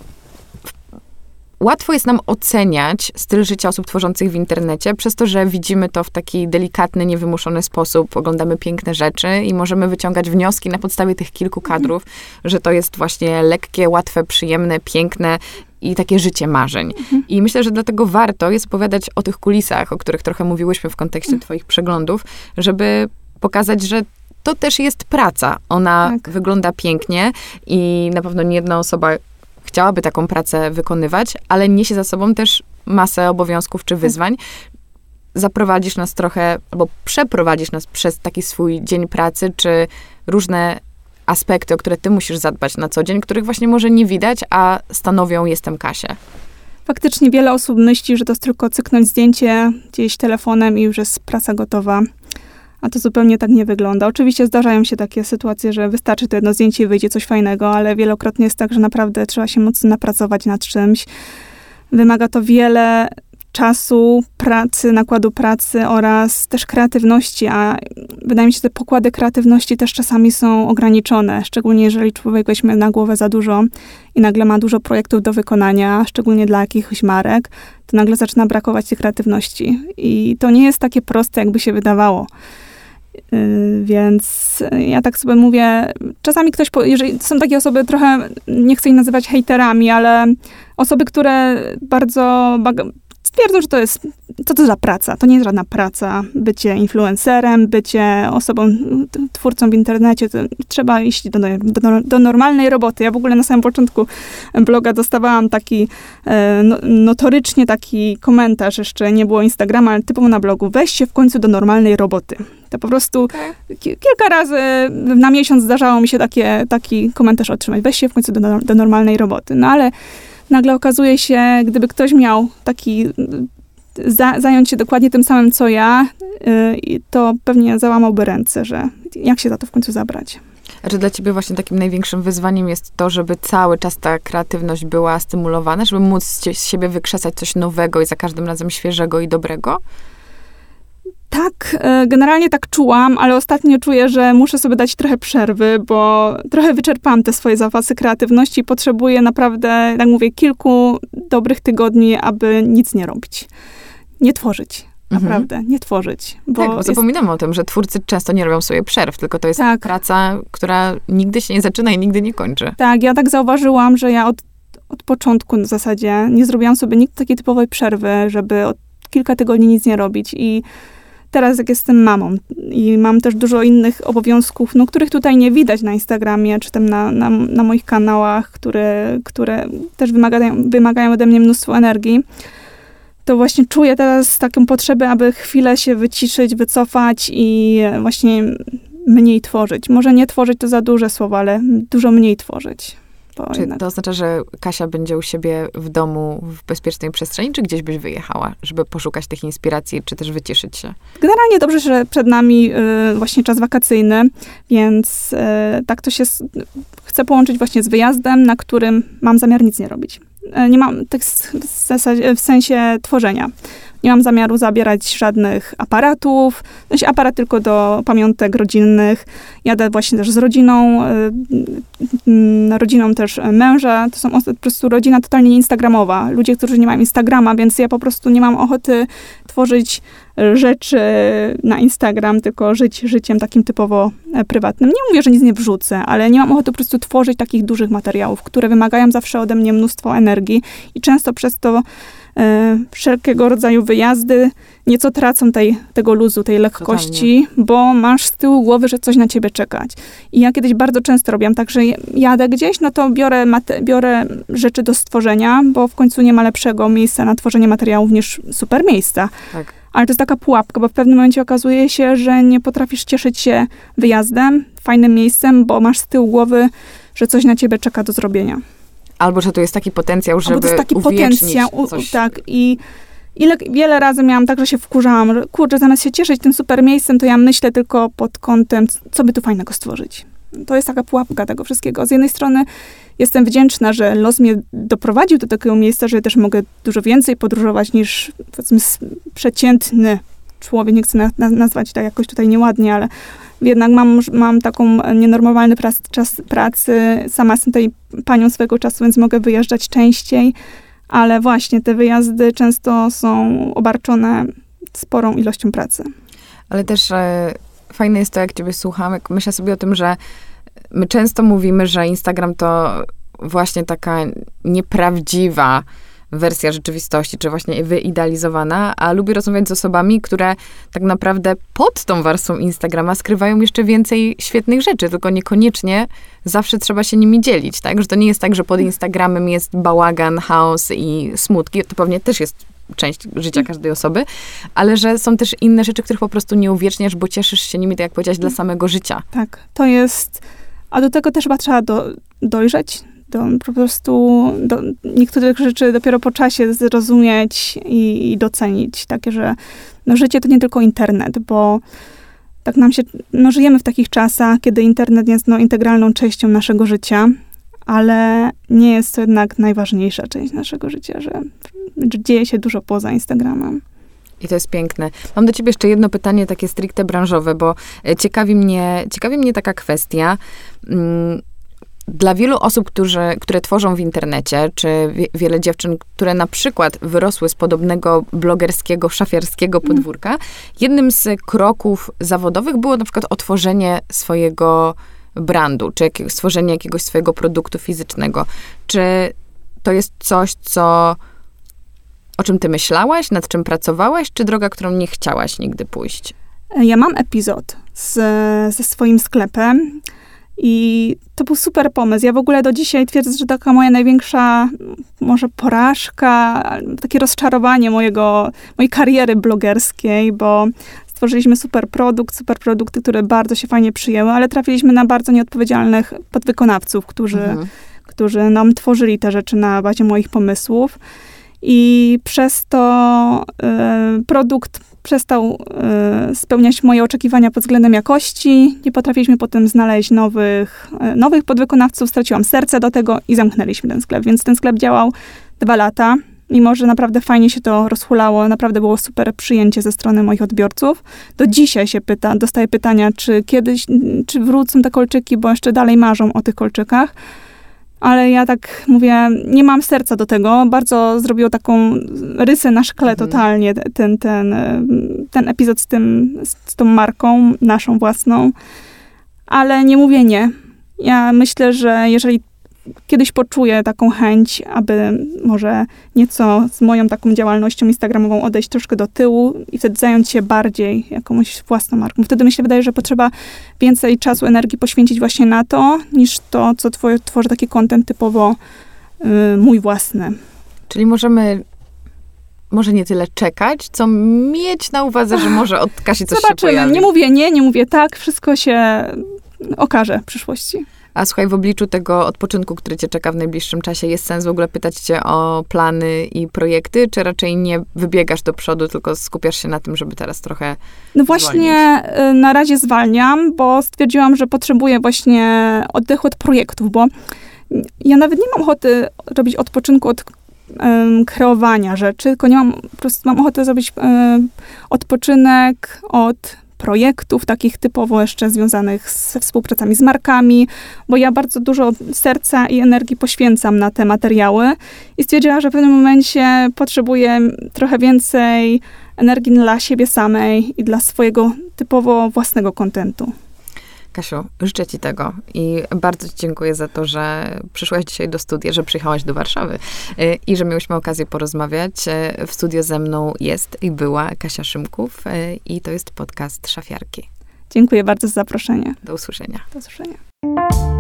łatwo jest nam oceniać styl życia osób tworzących w internecie, przez to, że widzimy to w taki delikatny, niewymuszony sposób, oglądamy piękne rzeczy i możemy wyciągać wnioski na podstawie tych kilku kadrów, mhm. że to jest właśnie lekkie, łatwe, przyjemne, piękne i takie życie marzeń. Mhm. I myślę, że dlatego warto jest opowiadać o tych kulisach, o których trochę mówiłyśmy w kontekście mhm. twoich przeglądów, żeby pokazać, że to też jest praca. Ona tak. wygląda pięknie i na pewno nie jedna osoba chciałaby taką pracę wykonywać, ale niesie za sobą też masę obowiązków czy wyzwań. Zaprowadzisz nas trochę, albo przeprowadzisz nas przez taki swój dzień pracy, czy różne aspekty, o które ty musisz zadbać na co dzień, których właśnie może nie widać, a stanowią Jestem Kasię. Faktycznie wiele osób myśli, że to jest tylko cyknąć zdjęcie gdzieś telefonem i już jest praca gotowa. a to zupełnie tak nie wygląda. Oczywiście zdarzają się takie sytuacje, że wystarczy to jedno zdjęcie i wyjdzie coś fajnego, ale wielokrotnie jest tak, że naprawdę trzeba się mocno napracować nad czymś. Wymaga to wiele czasu, pracy, nakładu pracy oraz też kreatywności, a wydaje mi się, że te pokłady kreatywności też czasami są ograniczone, szczególnie jeżeli człowiek weźmie na głowę za dużo i nagle ma dużo projektów do wykonania, szczególnie dla jakichś marek, to nagle zaczyna brakować tej kreatywności. I to nie jest takie proste, jakby się wydawało. Yy, więc ja tak sobie mówię, czasami ktoś, po, jeżeli są takie osoby trochę, nie chcę ich nazywać hejterami, ale osoby, które bardzo baga- twierdzą, że to jest, co to za praca? To nie jest żadna praca. Bycie influencerem, bycie osobą, twórcą w internecie, to trzeba iść do, do, do normalnej roboty. Ja w ogóle na samym początku bloga dostawałam taki e, no, notorycznie taki komentarz, jeszcze nie było Instagrama, ale typowo na blogu, weź się w końcu do normalnej roboty. To po prostu okay. ki- kilka razy na miesiąc zdarzało mi się takie, taki komentarz otrzymać. Weź się w końcu do, do normalnej roboty. No ale nagle okazuje się, gdyby ktoś miał taki, za, zająć się dokładnie tym samym, co ja, yy, to pewnie załamałby ręce, że jak się za to w końcu zabrać. A czy dla ciebie właśnie takim największym wyzwaniem jest to, żeby cały czas ta kreatywność była stymulowana, żeby móc z siebie wykrzesać coś nowego i za każdym razem świeżego i dobrego? Tak, generalnie tak czułam, ale ostatnio czuję, że muszę sobie dać trochę przerwy, bo trochę wyczerpałam te swoje zapasy kreatywności i potrzebuję naprawdę, jak mówię, kilku dobrych tygodni, aby nic nie robić. Nie tworzyć. Naprawdę, mhm. nie tworzyć. Bo tak, bo jest... zapominamy o tym, że twórcy często nie robią sobie przerw, tylko to jest tak. praca, która nigdy się nie zaczyna i nigdy nie kończy. Tak, ja tak zauważyłam, że ja od, od początku w zasadzie nie zrobiłam sobie nigdy takiej typowej przerwy, żeby od kilka tygodni nic nie robić i teraz jak jestem mamą i mam też dużo innych obowiązków, no, których tutaj nie widać na Instagramie, czy tam na, na, na moich kanałach, które, które też wymagają, wymagają ode mnie mnóstwo energii, to właśnie czuję teraz taką potrzebę, aby chwilę się wyciszyć, wycofać i właśnie mniej tworzyć. Może nie tworzyć to za duże słowo, ale dużo mniej tworzyć. Czy jednak... to oznacza, że Kasia będzie u siebie w domu w bezpiecznej przestrzeni, czy gdzieś byś wyjechała, żeby poszukać tych inspiracji, czy też wyciszyć się? Generalnie dobrze, że przed nami y, właśnie czas wakacyjny, więc y, tak to się s- chcę połączyć właśnie z wyjazdem, na którym mam zamiar nic nie robić. Y, nie mam tak w, zasadzie, w sensie tworzenia. Nie mam zamiaru zabierać żadnych aparatów, w sensie aparat tylko do pamiątek rodzinnych. Jadę właśnie też z rodziną, yy, rodziną też męża. To są po prostu rodzina totalnie nieinstagramowa. Ludzie, którzy nie mają Instagrama, więc ja po prostu nie mam ochoty tworzyć rzeczy na Instagram, tylko żyć życiem takim typowo prywatnym. Nie mówię, że nic nie wrzucę, ale nie mam ochoty po prostu tworzyć takich dużych materiałów, które wymagają zawsze ode mnie mnóstwo energii i często przez to e, wszelkiego rodzaju wyjazdy nieco tracą tej, tego luzu, tej lekkości, Totalnie. Bo masz z tyłu głowy, że coś na ciebie czekać. I ja kiedyś bardzo często robiłam tak, że jadę gdzieś, no to biorę, mate- biorę rzeczy do stworzenia, bo w końcu nie ma lepszego miejsca na tworzenie materiałów niż super miejsca. Tak. Ale to jest taka pułapka, bo w pewnym momencie okazuje się, że nie potrafisz cieszyć się wyjazdem, fajnym miejscem, bo masz z tyłu głowy, że coś na ciebie czeka do zrobienia. Albo, że tu jest taki potencjał, żeby Albo to jest taki potencjał, coś. tak. I ile, wiele razy miałam tak, że się wkurzałam. Kurczę, zamiast się cieszyć tym super miejscem, to ja myślę tylko pod kątem, co by tu fajnego stworzyć. To jest taka pułapka tego wszystkiego. Z jednej strony jestem wdzięczna, że los mnie doprowadził do takiego miejsca, że ja też mogę dużo więcej podróżować niż, powiedzmy, przeciętny człowiek. Nie chcę na, na, nazwać tak jakoś tutaj nieładnie, ale jednak mam, mam taką nienormalny prac, czas pracy. Sama jestem tutaj panią swojego czasu, więc mogę wyjeżdżać częściej. Ale właśnie te wyjazdy często są obarczone sporą ilością pracy. Ale też e, fajne jest to, jak ciebie słucham, jak myślę sobie o tym, że my często mówimy, że Instagram to właśnie taka nieprawdziwa wersja rzeczywistości, czy właśnie wyidealizowana, a lubię rozmawiać z osobami, które tak naprawdę pod tą warstwą Instagrama skrywają jeszcze więcej świetnych rzeczy, tylko niekoniecznie zawsze trzeba się nimi dzielić, tak? Że to nie jest tak, że pod Instagramem jest bałagan, chaos i smutki, to pewnie też jest część życia każdej osoby, ale że są też inne rzeczy, których po prostu nie uwieczniasz, bo cieszysz się nimi, tak jak powiedziałaś, dla samego życia. Tak, to jest, a do tego też chyba trzeba do, dojrzeć, do, po prostu do niektórych rzeczy dopiero po czasie zrozumieć i, i docenić. Takie, że no, życie to nie tylko internet, bo tak nam się, no żyjemy w takich czasach, kiedy internet jest no, integralną częścią naszego życia, ale nie jest to jednak najważniejsza część naszego życia, że, że dzieje się dużo poza Instagramem. I to jest piękne. Mam do ciebie jeszcze jedno pytanie takie stricte branżowe, bo ciekawi mnie, ciekawi mnie taka kwestia. Dla wielu osób, którzy, które tworzą w internecie, czy wie, wiele dziewczyn, które na przykład wyrosły z podobnego blogerskiego, szafiarskiego podwórka, mm. jednym z kroków zawodowych było na przykład otworzenie swojego brandu, czy jak, stworzenie jakiegoś swojego produktu fizycznego. Czy to jest coś, co, o czym ty myślałaś, nad czym pracowałaś, czy droga, którą nie chciałaś nigdy pójść? Ja mam epizod z, ze swoim sklepem i to był super pomysł. Ja w ogóle do dzisiaj twierdzę, że taka moja największa może porażka, takie rozczarowanie mojego, mojej kariery blogerskiej, bo stworzyliśmy super produkt, super produkty, które bardzo się fajnie przyjęły, ale trafiliśmy na bardzo nieodpowiedzialnych podwykonawców, którzy, mhm. którzy nam tworzyli te rzeczy na bazie moich pomysłów. I przez to y, produkt przestał y, spełniać moje oczekiwania pod względem jakości. Nie potrafiliśmy potem znaleźć nowych, y, nowych podwykonawców. Straciłam serce do tego i zamknęliśmy ten sklep. Więc ten sklep działał dwa lata. Mimo że naprawdę fajnie się to rozhulało, naprawdę było super przyjęcie ze strony moich odbiorców. Do dzisiaj się pyta, dostaję pytania, czy kiedyś, czy wrócą te kolczyki, bo jeszcze dalej marzą o tych kolczykach. Ale ja tak mówię, nie mam serca do tego. Bardzo zrobiło taką rysę na szkle mhm. totalnie ten, ten, ten epizod z, tym, z tą marką naszą własną. Ale nie mówię nie. Ja myślę, że jeżeli kiedyś poczuję taką chęć, aby może nieco z moją taką działalnością instagramową odejść troszkę do tyłu i wtedy zająć się bardziej jakąś własną marką. Wtedy mi się wydaje, że potrzeba więcej czasu, energii poświęcić właśnie na to, niż to, co twoje, tworzy taki content typowo y, mój własny. Czyli możemy może nie tyle czekać, co mieć na uwadze, że może od Kasi coś Zobaczymy. się pojawi. Nie mówię nie, nie mówię tak. Wszystko się okaże w przyszłości. A słuchaj, w obliczu tego odpoczynku, który cię czeka w najbliższym czasie, jest sens w ogóle pytać cię o plany i projekty, czy raczej nie wybiegasz do przodu, tylko skupiasz się na tym, żeby teraz trochę No właśnie zwolnić? Na razie zwalniam, bo stwierdziłam, że potrzebuję właśnie oddechu od projektów, bo ja nawet nie mam ochoty robić odpoczynku od um, kreowania rzeczy, tylko nie mam, po prostu mam ochotę zrobić um, odpoczynek od projektów, takich typowo jeszcze związanych ze współpracami z markami, bo ja bardzo dużo serca i energii poświęcam na te materiały i stwierdziłam, że w pewnym momencie potrzebuję trochę więcej energii dla siebie samej i dla swojego typowo własnego kontentu. Kasiu, życzę ci tego i bardzo ci dziękuję za to, że przyszłaś dzisiaj do studia, że przyjechałaś do Warszawy i że miałyśmy okazję porozmawiać. W studio ze mną jest i była Kasia Szymków i to jest podcast Szafiarki. Dziękuję bardzo za zaproszenie. Do usłyszenia. Do usłyszenia.